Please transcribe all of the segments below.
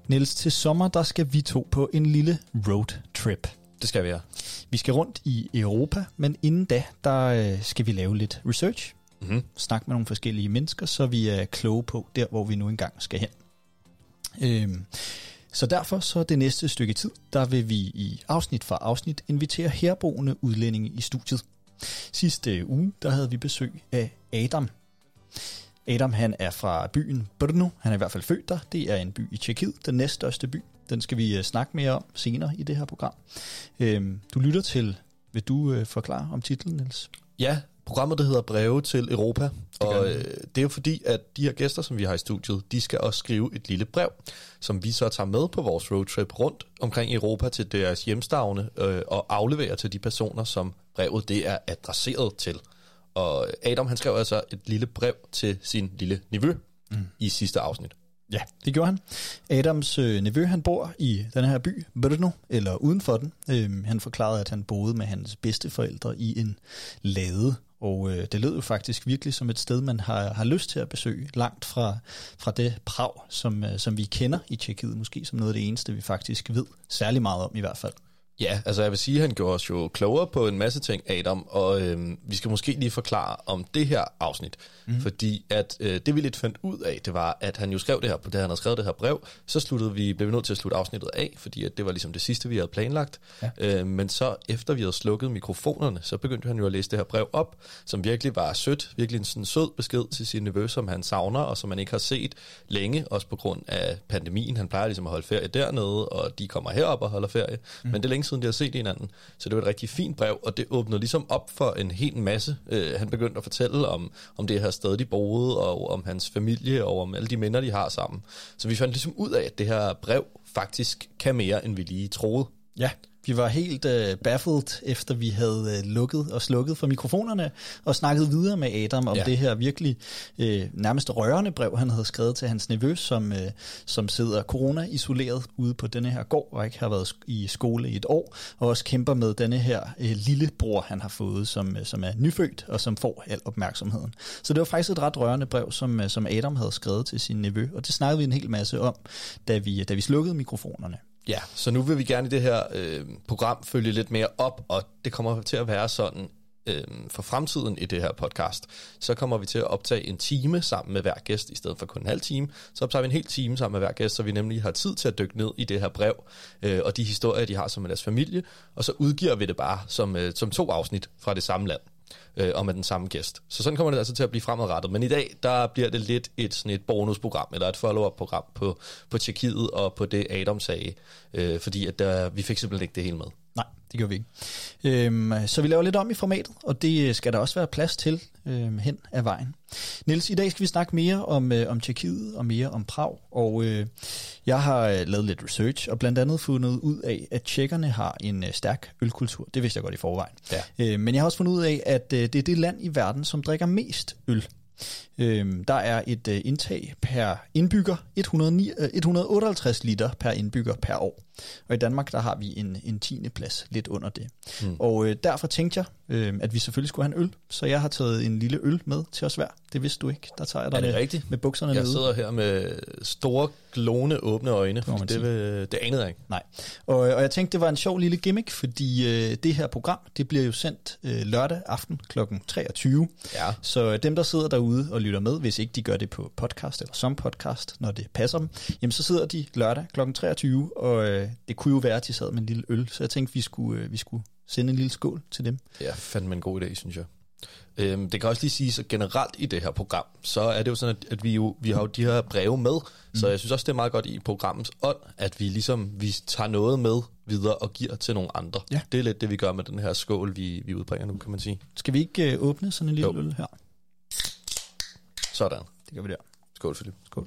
Niels, til sommer, der skal vi to på en lille roadtrip. Det skal vi, ja. Vi skal rundt i Europa, men inden da, der skal vi lave lidt research. Snakke med nogle forskellige mennesker, så vi er kloge på der, hvor vi nu engang skal hen. Så derfor så det næste stykke tid, der vil vi i afsnit for afsnit invitere herboende udlændinge i studiet. Sidste uge, der havde vi besøg af Adam. Adam, han er fra byen Brno. Han er i hvert fald født der. Det er en by i Tjekkiet, den næststørste by. Den skal vi snakke mere om senere i det her program. Du lytter til, vil du forklare om titlen, Niels? Ja, programmet det hedder Breve til Europa, og det er jo fordi, at de her gæster, som vi har i studiet, de skal også skrive et lille brev, som vi så tager med på vores roadtrip rundt omkring Europa til deres hjemstavne og afleverer til de personer, som brevet det er adresseret til. Og Adam, han skrev altså et lille brev til sin lille nevø i sidste afsnit. Ja, det gjorde han. Adams nevø, han bor i den her by, Brno, eller uden for den. Han forklarede, at han boede med hans bedsteforældre i en lade, og det lød jo faktisk virkelig som et sted, man har lyst til at besøge, langt fra det Prag, som vi kender i Tjekkiet, måske som noget af det eneste, vi faktisk ved særlig meget om i hvert fald. Ja, altså jeg vil sige, at han gjorde os jo klogere på en masse ting, Adam, og vi skal måske lige forklare om det her afsnit, fordi at det vi lidt fandt ud af, det var, at han jo skrev det her, da han havde skrevet det her brev, så blev vi nødt til at slutte afsnittet af, fordi at det var ligesom det sidste, vi havde planlagt, men så efter vi havde slukket mikrofonerne, så begyndte han jo at læse det her brev op, som virkelig var sødt, virkelig en sådan sød besked til sin nevø, som han savner, og som han ikke har set længe, også på grund af pandemien. Han plejer ligesom at holde ferie dernede, og de kommer herop og holder ferie, men det er længe siden de har set hinanden. Så det var et rigtig fint brev, og det åbnede ligesom op for en hel masse. Han begyndte at fortælle om det her sted, de boede, og om hans familie, og om alle de minder, de har sammen. Så vi fandt ligesom ud af, at det her brev faktisk kan mere, end vi lige troede. Ja, vi var helt baffled, efter vi havde lukket og slukket for mikrofonerne, og snakket videre med Adam om det her virkelig nærmest rørende brev, han havde skrevet til hans nevø, som sidder corona-isoleret ude på denne her gård, og ikke har været i skole i et år, og også kæmper med denne her lillebror, han har fået, som er nyfødt, og som får al opmærksomheden. Så det var faktisk et ret rørende brev, som Adam havde skrevet til sin nevø, og det snakkede vi en hel masse om, da vi slukkede mikrofonerne. Ja, så nu vil vi gerne i det her program følge lidt mere op, og det kommer til at være sådan for fremtiden i det her podcast. Så kommer vi til at optage en time sammen med hver gæst, i stedet for kun en halv time. Så optager vi en hel time sammen med hver gæst, så vi nemlig har tid til at dykke ned i det her brev, og de historier, de har som med deres familie, og så udgiver vi det bare som 2 afsnit fra det samme land. Og med den samme gæst. Så sådan kommer det altså til at blive fremadrettet. Men i dag, der bliver det lidt et bonusprogram, eller et follow-up-program på Tjekkiet og på det Adam sagde. Fordi at vi fik simpelthen ikke det hele med. Nej, det gjorde vi ikke. Så vi laver lidt om i formatet, og det skal der også være plads til hen ad vejen. Niels, i dag skal vi snakke mere om Tjekkiet og mere om Prag, og jeg har lavet lidt research og blandt andet fundet ud af, at tjekkerne har en stærk ølkultur. Det vidste jeg godt i forvejen. Ja. Men jeg har også fundet ud af, at det er det land i verden, som drikker mest øl. Der er et indtag per indbygger, 158 liter per indbygger per år. Og i Danmark, der har vi en 10. plads lidt under det. Og derfor tænkte jeg, at vi selvfølgelig skulle have en øl. Så jeg har taget en lille øl med til os hver. Det vidste du ikke. Der tager jeg dig med bukserne nede. Jeg sidder her med store, glående, åbne øjne. Det anede jeg ikke. Nej. Og jeg tænkte, det var en sjov lille gimmick, fordi det her program, det bliver jo sendt lørdag aften kl. 23. Ja. Så dem, der sidder derude og lytter med, hvis ikke de gør det på podcast eller som podcast, når det passer dem, jamen så sidder de lørdag kl. 23, og det kunne jo være, at de sad med en lille øl, så jeg tænkte, vi skulle sende en lille skål til dem. Ja, fandme en god idé, synes jeg. Det kan også lige sige, så generelt i det her program, så er det jo sådan, at vi har jo de her breve med, så jeg synes også, det er meget godt i programmets ånd, at vi tager noget med videre og giver til nogle andre. Ja. Det er lidt det, vi gør med den her skål, vi udbringer nu, kan man sige. Skal vi ikke åbne sådan en lille øl her? Sådan. Det gør vi der. Skål, Philip. Skål.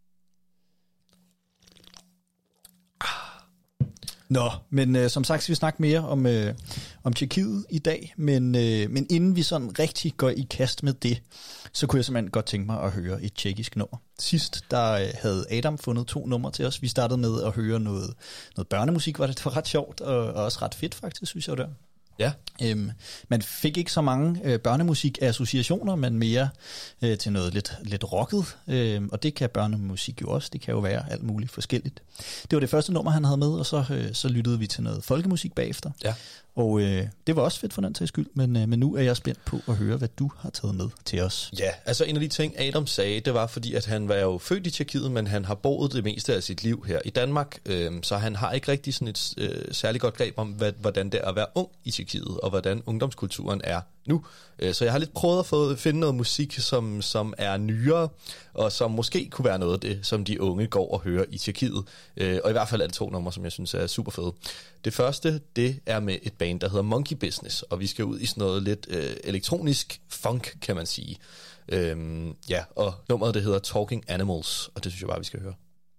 Nå, men som sagt skal vi snakke mere om Tjekkiet i dag, men inden vi sådan rigtig går i kast med det, så kunne jeg simpelthen godt tænke mig at høre et tjekkisk nummer. Sidst, der havde Adam fundet 2 numre til os. Vi startede med at høre noget børnemusik, var det var ret sjovt, og også ret fedt faktisk, synes jeg det. Ja. Man fik ikke så mange børnemusik-associationer, men mere til noget lidt rocket, og det kan børnemusik jo også, det kan jo være alt muligt forskelligt. Det var det første nummer, han havde med, og så lyttede vi til noget folkemusik bagefter. Ja. Og det var også fedt for den til skyld, men nu er jeg spændt på at høre, hvad du har taget med til os. Ja, altså en af de ting, Adam sagde, det var fordi, at han var jo født i Tjekkiet, men han har boet det meste af sit liv her i Danmark, så han har ikke rigtig sådan et særligt godt greb om, hvordan det er at være ung i Tjekkiet, og hvordan ungdomskulturen er nu. Så jeg har lidt prøvet at finde noget musik, som er nyere, og som måske kunne være noget af det, som de unge går og hører i Tjekkiet. Og i hvert fald er det 2 numre, som jeg synes er super fede. Det første, det er med et band, der hedder Monkey Business, og vi skal ud i sådan noget lidt elektronisk funk, kan man sige. Ja, og nummeret, det hedder Talking Animals, og det synes jeg bare, vi skal høre.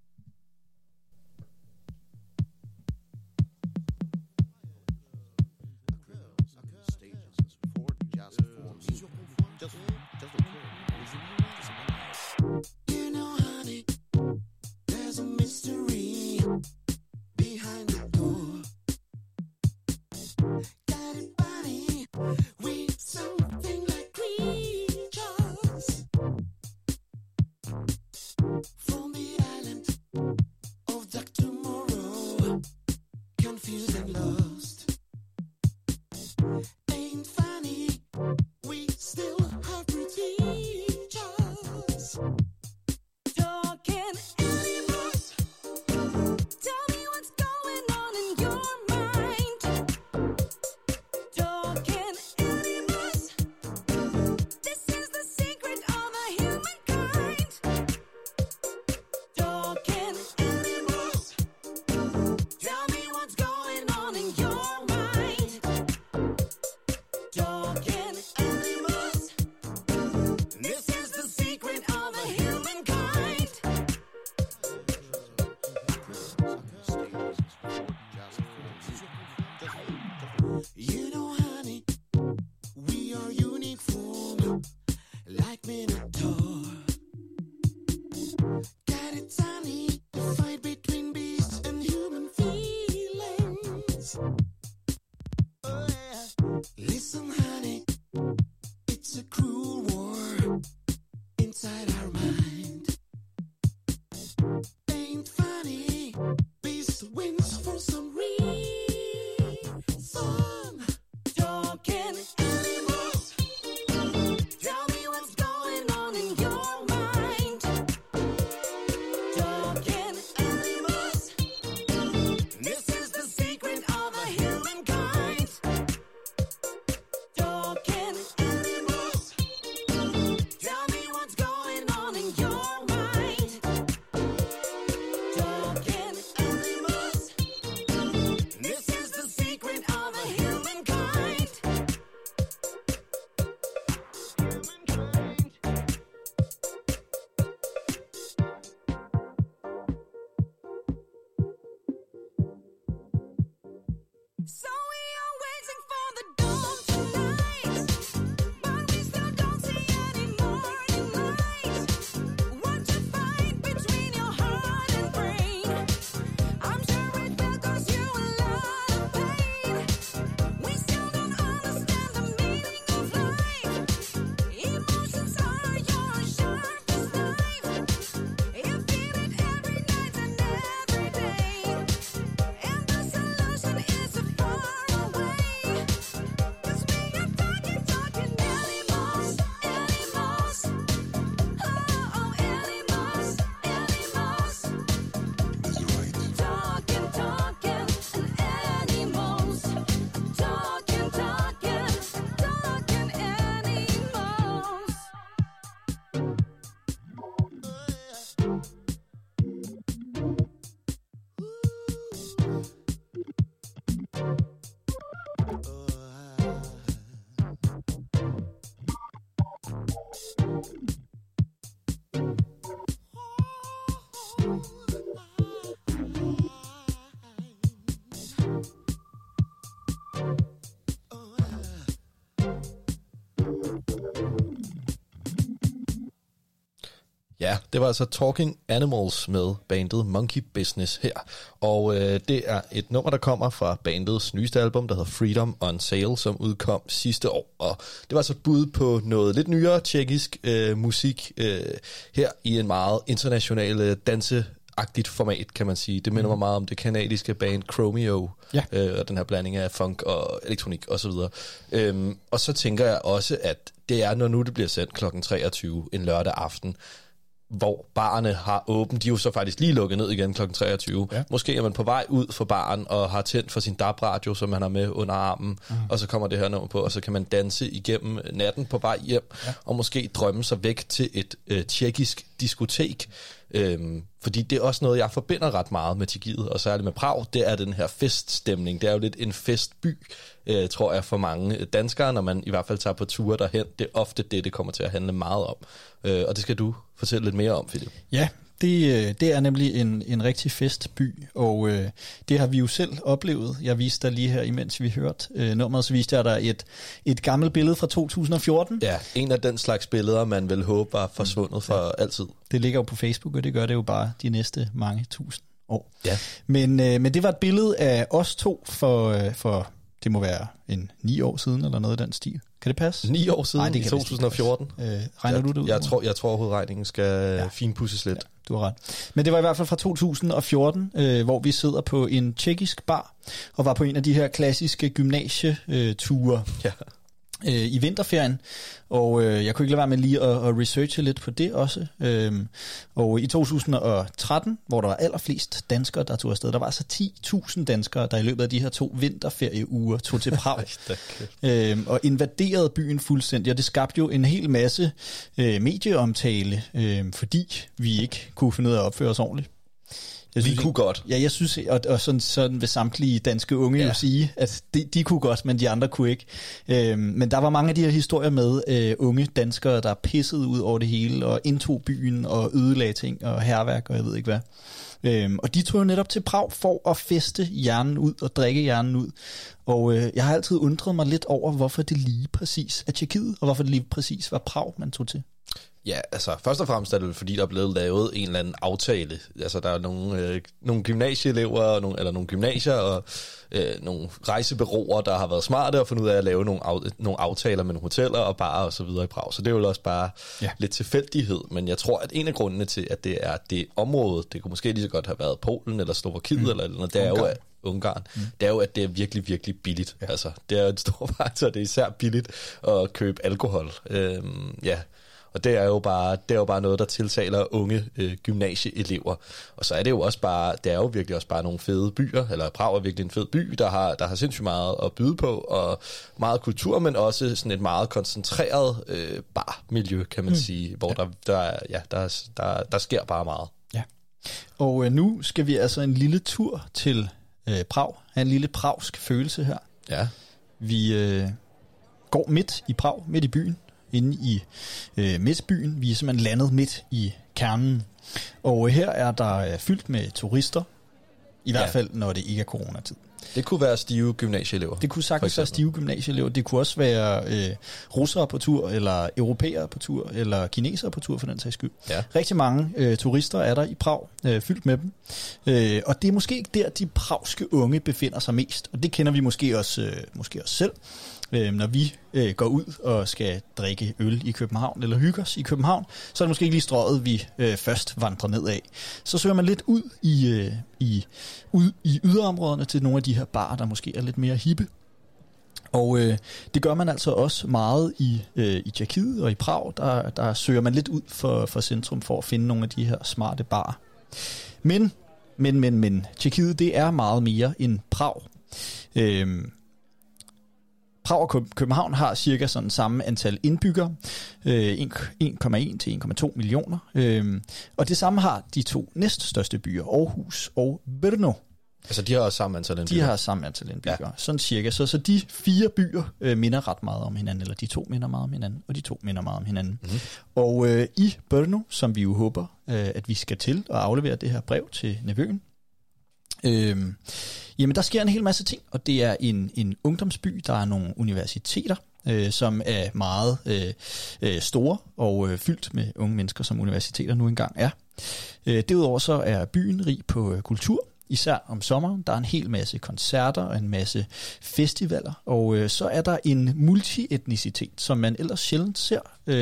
You know, honey, there's a mystery behind the door. Got it, bunny, we something like creatures from the island of Dr. Moreau, confused and lost. Ain't funny, we still have procedures. Talking animals, tell me what's going on in your mind. Talking animals, this is the secret of a humankind. Talking animals, tell me what's going on in your mind. Talking animals, this is the secret of a humankind. You know, honey, we are uniform, like Minotaur. Got it, honey, the fight between beasts and human feelings. Oh, yeah. Listen, honey, it's a cruel war inside our mind. Ain't funny, beast wins for some reason. Ja, det var altså Talking Animals med bandet Monkey Business her. Og det er et nummer, der kommer fra bandets nyeste album, der hedder Freedom on Sale, som udkom sidste år. Og det var altså et bud på noget lidt nyere tjekkisk musik her i en meget international danseagtigt format, kan man sige. Det minder mig meget om det kanadiske band Chromeo, og den her blanding af funk og elektronik osv. Og så tænker jeg også, at det er, når nu det bliver sendt klokken 23 en lørdag aften, hvor barerne har åbent. De er jo så faktisk lige lukket ned igen kl. 23. Ja. Måske er man på vej ud for baren og har tændt for sin DAB-radio, som man har med under armen, og så kommer det her nummer på, og så kan man danse igennem natten på vej hjem, og måske drømme sig væk til et tjekkisk diskotek. Fordi det er også noget, jeg forbinder ret meget med Tjekkiet, og særligt med Prag. Det er den her feststemning. Det er jo lidt en festby, tror jeg, for mange danskere, når man i hvert fald tager på ture derhen. Det er ofte det kommer til at handle meget om. Og det skal du fortælle lidt mere om, Philip. Ja, det er nemlig en rigtig festby, og det har vi jo selv oplevet. Jeg viste dig lige her, imens vi hørte nummeret, så viste jeg dig et gammelt billede fra 2014. Ja, en af den slags billeder, man vil håbe var forsvundet for altid. Det ligger jo på Facebook, og det gør det jo bare de næste mange tusind år. Ja. Men det var et billede af os to for det må være 9 år siden, eller noget af den stil. Kan det passe? 9 år siden. Nej, det kan i 2014. Regner du det ud? Jeg tror hovedregningen skal finpudses lidt. Ja, du har ret. Men det var i hvert fald fra 2014, hvor vi sidder på en tjekkisk bar, og var på en af de her klassiske gymnasieture i vinterferien. Og jeg kunne ikke lade være med lige at researche lidt på det også. Og i 2013, hvor der var allerflest danskere, der tog afsted, der var altså 10.000 danskere, der i løbet af de her 2 vinterferieuger tog til Prag. Og invaderede byen fuldstændig. Og det skabte jo en hel masse medieomtale, fordi vi ikke kunne finde ud af at opføre os ordentligt. Vi kunne godt. Ja, jeg synes, og sådan vil samtlige danske unge jo sige, at de kunne godt, men de andre kunne ikke. Men der var mange af de her historier med unge danskere, der pissede ud over det hele, og indtog byen, og ødelagde ting, og hærværk, og jeg ved ikke hvad. Og de tog jo netop til Prag for at feste hjernen ud, og drikke hjernen ud. Og jeg har altid undret mig lidt over, hvorfor det lige præcis er Tjekkiet, og hvorfor det lige præcis var Prag, man tog til. Ja, altså først og fremmest er det fordi, der er blevet lavet en eller anden aftale. Altså der er nogle gymnasieelever, eller nogle gymnasier og nogle rejsebureauer, der har været smarte og fundet ud af at lave nogle aftaler med nogle hoteller og barer og så videre i Prag. Så det er jo også bare lidt tilfældighed. Men jeg tror, at en af grundene til, at det er det område, det kunne måske lige så godt have været Polen eller Slovakiet eller noget, det er jo Ungarn. Det er jo, at det er virkelig, virkelig billigt. Ja. Altså, det er jo et stort faktor, det er især billigt at købe alkohol. Og det er jo bare noget, der tiltaler unge gymnasieelever. Og så er det jo også bare, det er jo virkelig også bare nogle fede byer, eller Prag er virkelig en fed by, der har sindssygt meget at byde på, og meget kultur, men også sådan et meget koncentreret barmiljø, kan man sige, hvor der sker bare meget. Ja. Og nu skal vi altså en lille tur til Prag, have en lille pragsk følelse her. Ja. Vi går midt i Prag, midt i byen, inde i midtbyen. Vi er simpelthen landet midt i kernen. Og her er der fyldt med turister. I hvert fald, når det ikke er coronatid. Det kunne være stive gymnasieelever. Det kunne sagtens være stive gymnasieelever. Det kunne også være russere på tur, eller europæere på tur, eller kinesere på tur for den sags skyld. Ja. Rigtig mange turister er der i Prag, fyldt med dem. Og det er måske ikke der, de pragske unge befinder sig mest. Og det kender vi måske også selv. Når vi går ud og skal drikke øl i København, eller hygge os i København, så er det måske ikke lige strøget, vi først vandrer ned af. Så søger man lidt ud i yderområderne til nogle af de her barer, der måske er lidt mere hippe. Og det gør man altså også meget i Tjekkiet og i Prag. Der søger man lidt ud for centrum for at finde nogle af de her smarte barer. Men Tjekkiet, det er meget mere end Prag. Prag og København har cirka sådan samme antal indbyggere, 1,1 til 1,2 millioner. Og det samme har de 2 næststørste byer, Aarhus og Brno. Altså de har også samme antal indbyggere? De har samme antal indbyggere, sådan cirka. Så de 4 byer minder ret meget om hinanden, eller de 2 minder meget om hinanden, og de 2 minder meget om hinanden. Mm-hmm. Og i Brno, som vi jo håber, at vi skal til at aflevere det her brev til nevøen, Jamen, der sker en hel masse ting, og det er en ungdomsby, der er nogle universiteter, som er meget store og fyldt med unge mennesker, som universiteter nu engang er. Derudover så er byen rig på kultur, især om sommeren. Der er en hel masse koncerter og en masse festivaler, og så er der en multietnicitet, som man ellers sjældent ser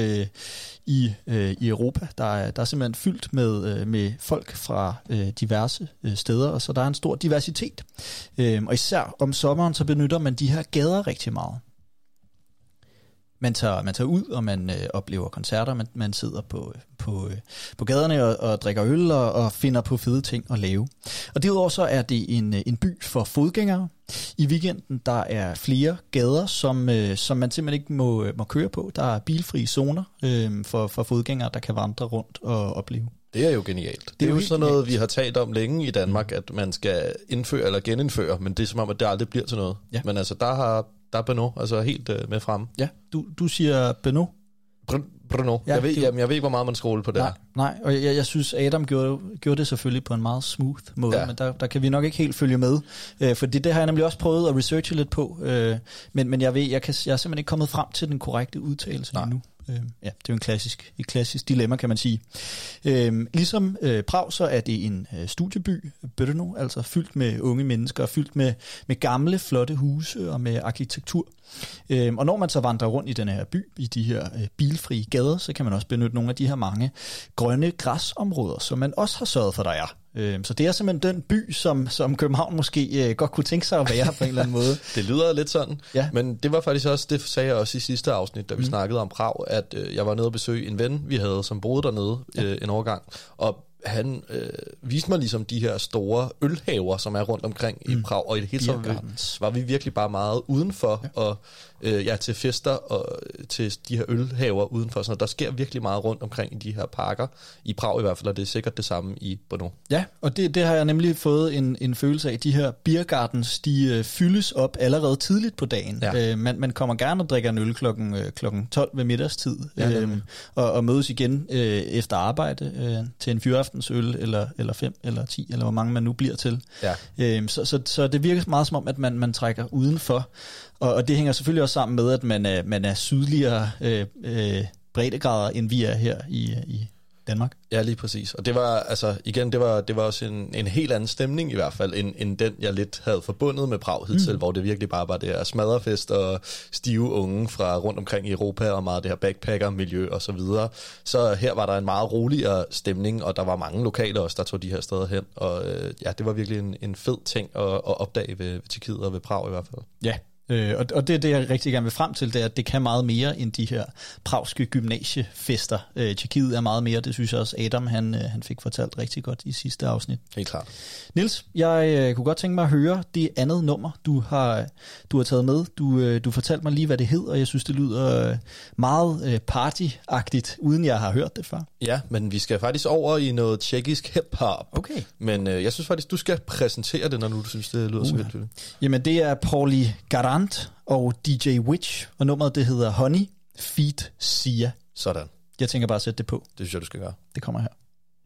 i Europa. Der er simpelthen fyldt med folk fra diverse steder, og så der er en stor diversitet. Og især om sommeren, så benytter man de her gader rigtig meget. Man tager ud, og man oplever koncerter, man sidder på gaderne og drikker øl og finder på fede ting at lave. Og derudover så er det en by for fodgængere. I weekenden der er flere gader, som man simpelthen ikke må køre på. Der er bilfrie zoner for fodgængere, der kan vandre rundt og opleve. Det er jo genialt. Det er jo sådan noget, vi har talt om længe i Danmark, at man skal indføre eller genindføre, men det er som om, at det aldrig bliver til noget. Ja. Men altså, der er Brno, altså helt med fremme. Ja, du siger Brno? Brno. Ja, jeg ved ikke, hvor meget man scroller på det her. Nej, og jeg synes, Adam gjorde det selvfølgelig på en meget smooth måde, ja. Men der kan vi nok ikke helt følge med. Fordi det har jeg nemlig også prøvet at researche lidt på, men jeg er simpelthen ikke kommet frem til den korrekte udtalelse endnu. Ja, det er jo et klassisk dilemma, kan man sige. Ligesom Prag, så er det en studieby, Brno, altså fyldt med unge mennesker, fyldt med gamle, flotte huse og med arkitektur. Og når man så vandrer rundt i den her by, i de her bilfrie gader, så kan man også benytte nogle af de her mange grønne græsområder, som man også har sørget for, der er. Så det er simpelthen den by, som København måske godt kunne tænke sig at være på en eller anden måde. Det lyder lidt sådan, ja. Men det var faktisk også, det sagde jeg også i sidste afsnit, da vi snakkede om Prag, at jeg var nede og besøge en ven, vi havde, som boede dernede en overgang, og han viste mig ligesom de her store ølhaver, som er rundt omkring i Prag, og i det hele taget var vi virkelig bare meget udenfor, og til fester og til de her ølhaver udenfor. Så der sker virkelig meget rundt omkring i de her parker, i Prag i hvert fald, og det er sikkert det samme i Brno. Ja, og det har jeg nemlig fået en følelse af. De her beer gardens, de fyldes op allerede tidligt på dagen. Ja. Man kommer gerne og drikker en øl klokken 12 ved middagstid, og mødes igen efter arbejde til en fyraftensøl, eller 5, eller 10, eller hvor mange man nu bliver til. Ja. Så det virker meget som om, at man trækker udenfor. Og det hænger selvfølgelig også sammen med, at man er sydligere breddegrader, end vi er her i Danmark. Ja, lige præcis. Og det var altså igen, det var også en helt anden stemning i hvert fald, end den, jeg lidt havde forbundet med Prag hidtil, hvor det virkelig bare var det her smadrefest og stive unge fra rundt omkring i Europa, og meget det her backpacker-miljø og så videre. Så her var der en meget roligere stemning, og der var mange lokale også, der tog de her steder hen. Og det var virkelig en fed ting at opdage ved Tjekkiet og ved Prag i hvert fald. Ja. Og det jeg rigtig gerne vil frem til, det er, at det kan meget mere end de her pragske gymnasiefester. Tjekkiet er meget mere, det synes jeg også Adam han fik fortalt rigtig godt i sidste afsnit. Helt klart. Niels, jeg kunne godt tænke mig at høre det andet nummer, du har taget med. Du fortalte mig lige, hvad det hed, og jeg synes, det lyder meget partyagtigt, uden jeg har hørt det før. Ja, men vi skal faktisk over i noget tjekkisk hip-hop. Okay. Men jeg synes faktisk, du skal præsentere det, når du synes, det lyder så vildt. Jamen, det er Paulie Garant og DJ Witch, og nummeret det hedder Honey feat. Sia. Sådan. Jeg tænker bare at sætte det på. Det synes jeg, du skal gøre. Det kommer her.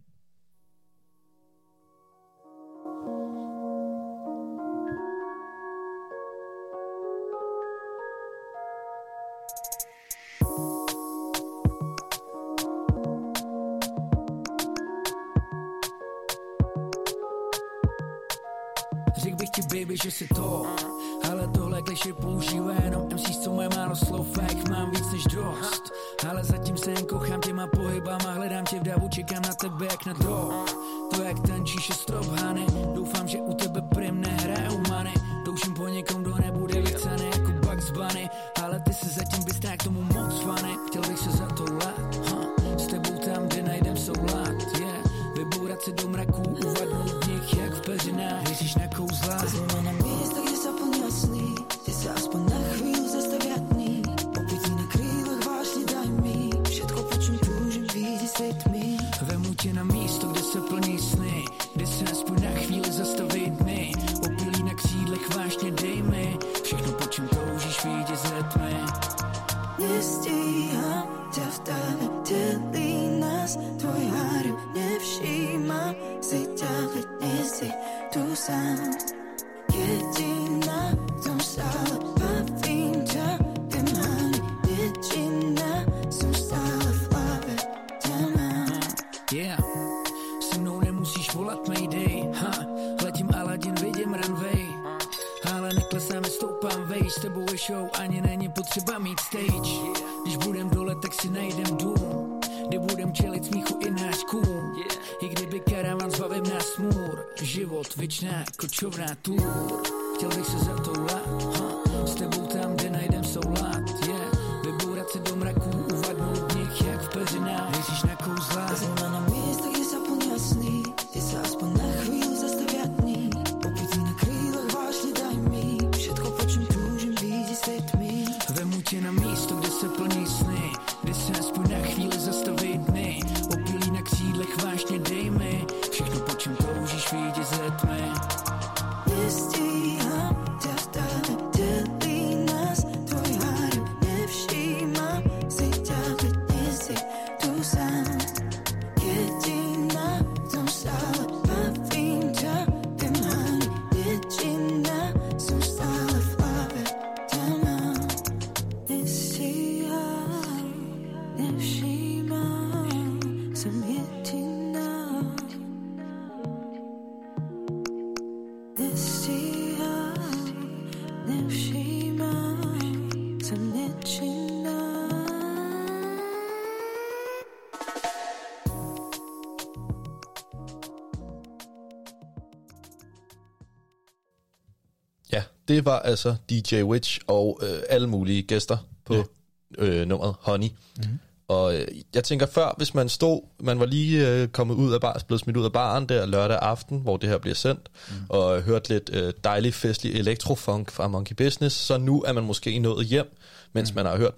Řekl bych ti, baby, že si to, ale tohle kliše používá jenom MCs, co mají málo slov a jich mám víc než dost. Ale zatím se jen kochám těma pohybama, hledám tě v davu, čekám na tebe jak na drog. To jak tančíš je strop, hany, doufám, že u tebe prim nehrajou many. Toužím po někom, kdo nebude licaný jako Bugs Bunny, ale ty se zatím bystrá k tomu moc fany. Chtěl bych se zatoulat, s tebou tam, kde najdem soulad, vybourat se do mraků, uvadnout v nich jak v peřinách, věříš na kouzla. Vezmeme na místo, kde zaplnila sny, ty se aspoň na chvíli zastaviatný. Opětí na krýlech vážně daj mi, všetko po čem túžim vidieť světmi. Vemu tě na místo, kde se plní sny, kde se aspoň na chvíli zastaví dny. Opilí na křídlech vážně dej mi, všechno po čem toužíš vidět ze tmy. Nestíham ťa v dále, delí nás, tvoj harem nevšímam, si ďalej nesi, tu sám. Jediná v tom stále bavím ťa, viem hány. Jediná som stále v hlave ťa mám. Yeah, se mnou nemusíš volat Mayday, letím Aladdin, vidím runway, ale neklesám, stoupám vejš, s tebou je show, ani není potřeba mít stage. Když budem dole, tak si najdem dům, kde budem čelit smíchu i náš kům. I kdyby karavan zbavím nás smůr, život věčná kočovná tour. Chtěl bych se zatoulat, s tebou tam, kde najdem soulad, vybourat se do mraků, uvadnout v nich jak v peřinách, věříš na kouzla. Zima na místa, kde sa plnia sny, ty sa aspoň na chvíľu zastavia dní. Opitý na krílach vážne daj mi všetko, po čom túžim vidieť svet tmy. Vemu tě na místo, kde se plní sny, kde se aspoň na chvíli zastaví dny. Opilí na křídlech vážně dej mi všechno, po čem toužíš vidět ze tmy. Nestíham ťa stále, delí nás tvoj harem. Nevšímam si ťa, veď nie si tu sám. Jediná v tom stále bavím ťa, viem hány. Jediná som stále v hlave ťa mám. Nestíham, nevšímam, som jediná. Nestíham, nevšímam, som nečinná. Ja, det var altså DJ Witch og alle mulige gæster på nummeret Honey. Mm-hmm. Og jeg tænker før, hvis man var lige kommet ud af blevet smidt ud af baren der lørdag aften, hvor det her bliver sendt, og hørt lidt dejlig festlig elektrofunk fra Monkey Business, så nu er man måske nået hjem, mens man har hørt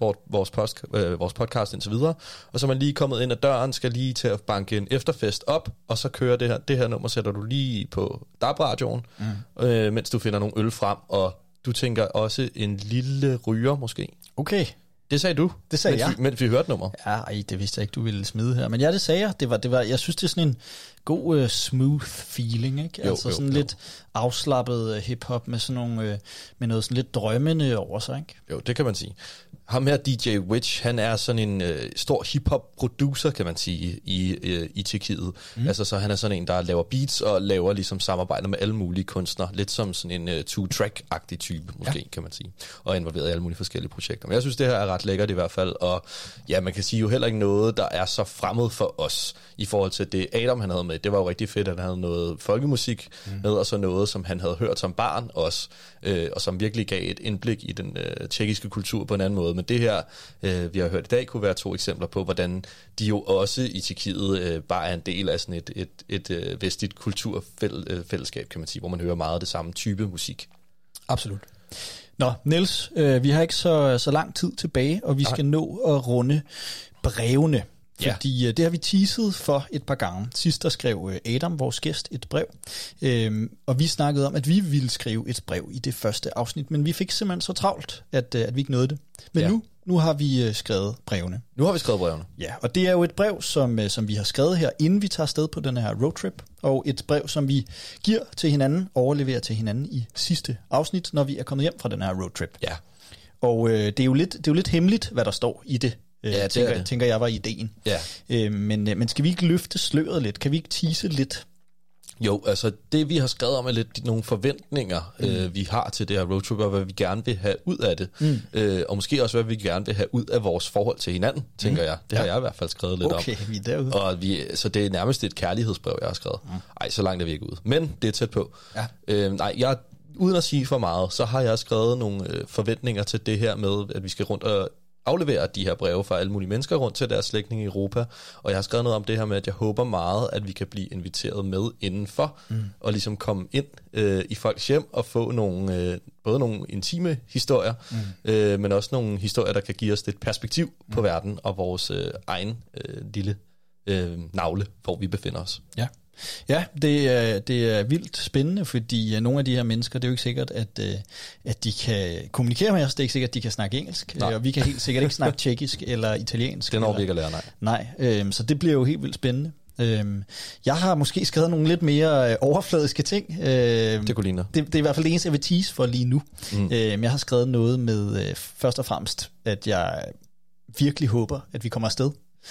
vores podcast indtil videre, og så er man lige kommet ind ad døren, skal lige til at banke en efterfest op, og så kører det her nummer, sætter du lige på DAB-radioen, mens du finder nogle øl frem, og du tænker også en lille ryger måske. Okay. Det sagde du, Det sagde jeg. mens vi hørte nummer. Ja, det vidste jeg ikke, du ville smide her. Men ja, det sagde jeg. Det var, jeg synes, det er sådan en god smooth feeling, ikke? Altså sådan lidt afslappet hiphop med sådan nogle, med noget sådan lidt drømmende over sig, ikke? Jo, det kan man sige. Ham her, DJ Witch, han er sådan en stor hip-hop-producer, kan man sige, i Tjekkiet. Altså, så han er sådan en, der laver beats og laver ligesom samarbejder med alle mulige kunstnere. Lidt som sådan en two-track-agtig type, måske, kan man sige. Og involveret i alle mulige forskellige projekter. Men jeg synes, det her er ret lækkert i hvert fald. Og ja, man kan sige jo heller ikke noget, der er så fremmed for os i forhold til det Adam, han havde med. Det var jo rigtig fedt, at han havde noget folkemusik med, og så noget, som han havde hørt som barn også, og som virkelig gav et indblik i den tjekkiske kultur på en anden måde. Men det her, vi har hørt i dag, kunne være 2 eksempler på, hvordan de jo også i Tjekkiet bare er en del af sådan et vestligt kulturfællesskab, kan man sige, hvor man hører meget af det samme type musik. Absolut. Nå, Niels, vi har ikke så lang tid tilbage, og vi skal nå at runde brevene. Fordi det har vi teaset for et par gange. Sidst der skrev Adam, vores gæst, et brev. Og vi snakkede om, at vi ville skrive et brev i det første afsnit, men vi fik simpelthen så travlt, at vi ikke nåede det. Men nu har vi skrevet brevene. Nu har vi skrevet brevene. Ja, og det er jo et brev, som vi har skrevet her, inden vi tager afsted på den her roadtrip. Og et brev, som vi giver til hinanden, overleverer til hinanden i sidste afsnit, når vi er kommet hjem fra den her roadtrip. Ja. Og det er jo lidt hemmeligt, hvad der står i det. Ja, tænker jeg var ideen. Ja. Men skal vi ikke løfte sløret lidt? Kan vi ikke tease lidt? Jo, altså det vi har skrevet om er lidt nogle forventninger, vi har til det her roadtrip, og hvad vi gerne vil have ud af det. Og måske også, hvad vi gerne vil have ud af vores forhold til hinanden, tænker jeg. Det har jeg i hvert fald skrevet lidt om. Okay, vi er derude. Og så det er nærmest et kærlighedsbrev, jeg har skrevet. Ej, så langt er vi ikke ude. Men det er tæt på. Ja. Uden at sige for meget, så har jeg skrevet nogle forventninger til det her med, at vi skal rundt og aflevere de her breve fra alle mulige mennesker rundt til deres slægtninge i Europa. Og jeg har skrevet noget om det her med, at jeg håber meget, at vi kan blive inviteret med indenfor, og ligesom komme ind i folks hjem og få nogle, både nogle intime historier, men også nogle historier, der kan give os lidt perspektiv på verden og vores egen lille navle, hvor vi befinder os. Ja. Ja, det er vildt spændende, fordi nogle af de her mennesker, det er jo ikke sikkert, at de kan kommunikere med os. Det er ikke sikkert, at de kan snakke engelsk, og vi kan helt sikkert ikke snakke tjekkisk eller italiensk. Det når vi ikke at lære, nej. Så det bliver jo helt vildt spændende. Jeg har måske skrevet nogle lidt mere overfladiske ting. Det kunne ligne. Det er i hvert fald det eneste, jeg vil tease for lige nu. Jeg har skrevet noget med, først og fremmest, at jeg virkelig håber, at vi kommer afsted.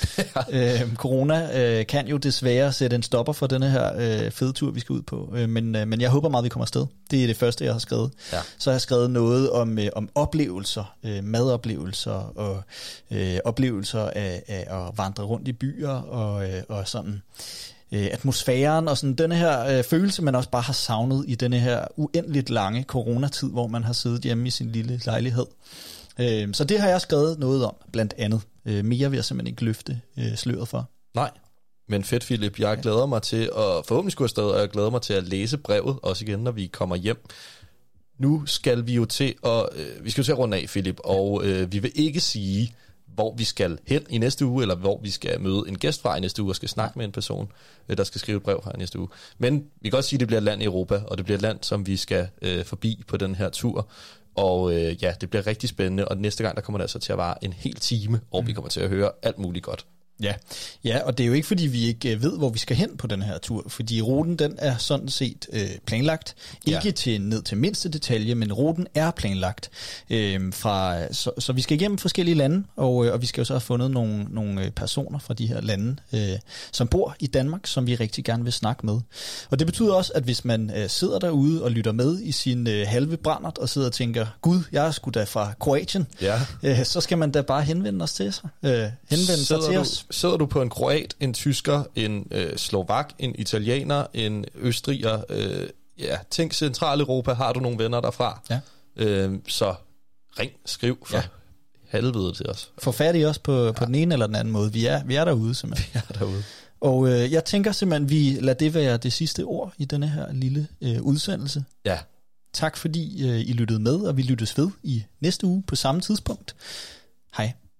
Corona kan jo desværre sætte en stopper for denne her fede tur, vi skal ud på. Men jeg håber meget, vi kommer afsted. Det er det første, jeg har skrevet. Ja. Så har jeg skrevet noget om oplevelser, madoplevelser og oplevelser af at vandre rundt i byer og sådan atmosfæren og sådan denne her følelse, man også bare har savnet i denne her uendeligt lange coronatid, hvor man har siddet hjemme i sin lille lejlighed. Så det har jeg skrevet noget om, blandt andet. Mere vil jeg simpelthen ikke løfte sløret for. Nej, men fedt, Philip. Jeg glæder mig til at forhåbentlig skulle afsted, og jeg glæder mig til at læse brevet, også igen, når vi kommer hjem. Nu skal vi jo til at runde af, Philip, og vi vil ikke sige, hvor vi skal hen i næste uge, eller hvor vi skal møde en gæst fra i næste uge, og skal snakke med en person, der skal skrive et brev her i næste uge. Men vi kan også sige, at det bliver et land i Europa, og det bliver et land, som vi skal forbi på den her tur. Og det bliver rigtig spændende, og næste gang, der kommer det altså til at vare en hel time, og vi kommer til at høre alt muligt godt. Ja, og det er jo ikke, fordi vi ikke ved, hvor vi skal hen på den her tur, fordi ruten, den er sådan set planlagt. Ikke ned til mindste detalje, men ruten er planlagt. Så vi skal igennem forskellige lande, og vi skal jo så have fundet nogle personer fra de her lande, som bor i Danmark, som vi rigtig gerne vil snakke med. Og det betyder også, at hvis man sidder derude og lytter med i sin halve brændert, og sidder og tænker, gud, jeg er sgu da fra Kroatien, så skal man da bare henvende sig til os. Sidder du på en kroat, en tysker, en slovak, en italiener, en østriger, tænk Centraleuropa, har du nogle venner derfra, så ring, skriv for helvede til os. Få fat i os på den ene eller den anden måde. Vi er derude simpelthen. Vi er derude. Og jeg tænker simpelthen, vi lader det være det sidste ord i denne her lille udsendelse. Ja. Tak fordi I lyttede med, og vi lyttes ved i næste uge på samme tidspunkt. Hej.